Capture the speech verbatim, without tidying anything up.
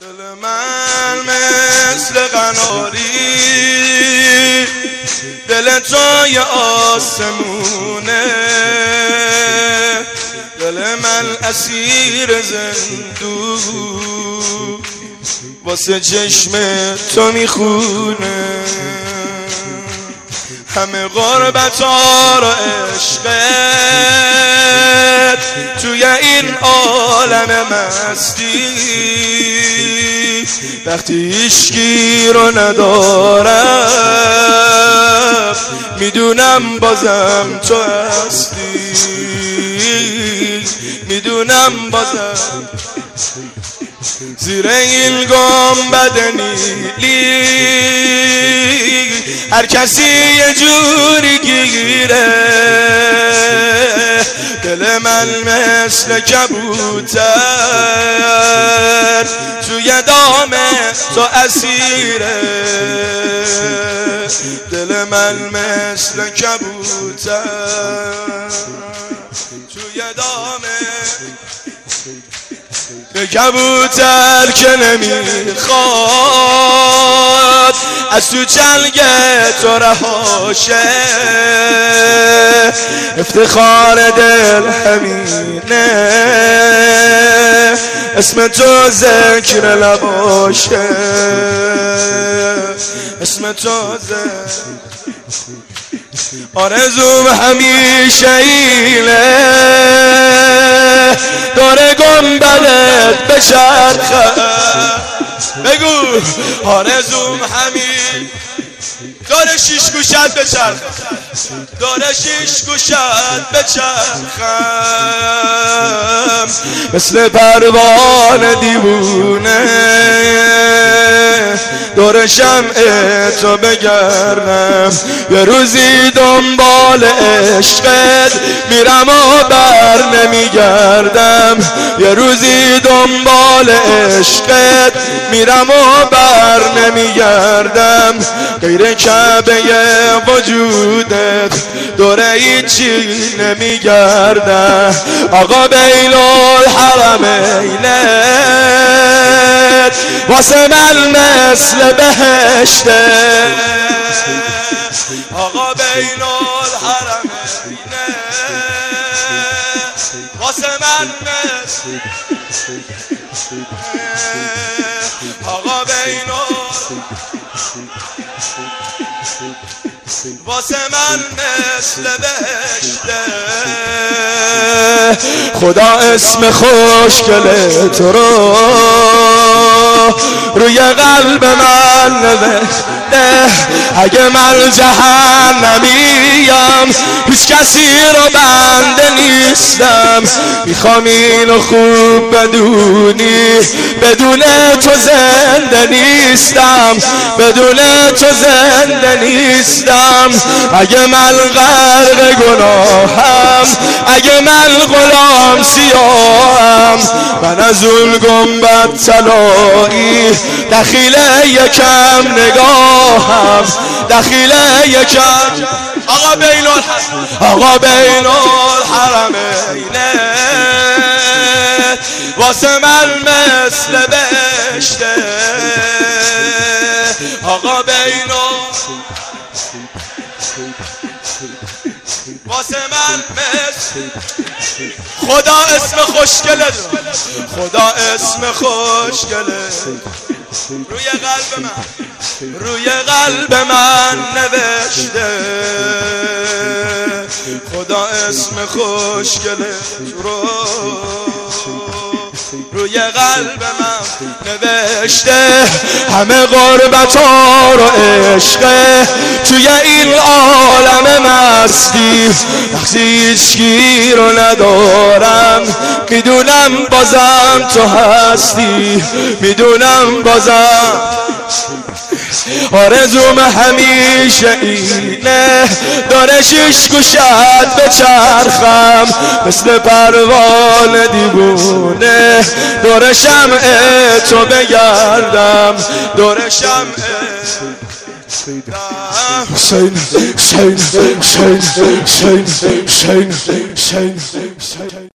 دل من مثل قناری، دل توی آسمونه، دل من اسیر زندون واسه چشم تو میخونه. همه غربت ها رو عشقت توی این عالم مستی، وقتی هیچکی رو ندارم میدونم بازم تو هستی، میدونم بازم زیر این گنبد نیلی هر کسی یه جوری گیره. دل من مثل کبوتر توی دام تو اسیره، دل من مثل کبوتر توی دام کبوتر که نمیخواد از تو چنگ تو رهاشه. افتخار دل همینه اسم تو ذکر لباشه، اسم تو ذکر. آرزوم همیشه اینه دور گنبدت بچرخه. بگو آرزوم همین دور شیش گوشت بچرخه، دور شیش گوشت بچرخم مثل پروانه دیوونه، دور شمع تو بگردم. یه روزی دنبال عشقت میرم و بر نمیگردم، یه روزی دنبال عشقت میرم و بر نمیگردم. غیر کعبه وجودت دور هیچی نمیگردم. آقا بین الحرمینت واسه من مثل بهشته، آقا بین الحرمینت واسه من مثل، آقا بین واسه من مثل بهشته. خدا اسم خوشگل تو رو روی قلب من نوشته. اگه من جهنمیم هیچ کسی رو بنده نیستم. میخوام اینو خوب بدونی بدون تو زنده نیستم، بدون تو زنده نیستم. اگه من غرق گناهم، اگه من غلام سیاهم، من از اون گنبد طلایی دخیل یکم نگاهم، دخیل یکم. آقا بین الحرمین، آقا بین الحرمین واسه من مثل بهشته، آقا بین واسه من مثل. خدا اسم خوشگله، خدا اسم خوشگله روی قلب من، روی قلب من نوشته. خدا اسم خوشگله رو روی قلب من نوشته. همه غربت ها رو عشقه توی این عالم مستی، وقتی هیچکی رو ندارم میدونم بازم تو هستی، میدونم بازم. آرزوم همیشه اینه دور شیش گوشت بچرخم مثل پروانه دیوونه، دور شمع تو بگردم، دور شمع حسین حسین حسین حسین حسین حسین.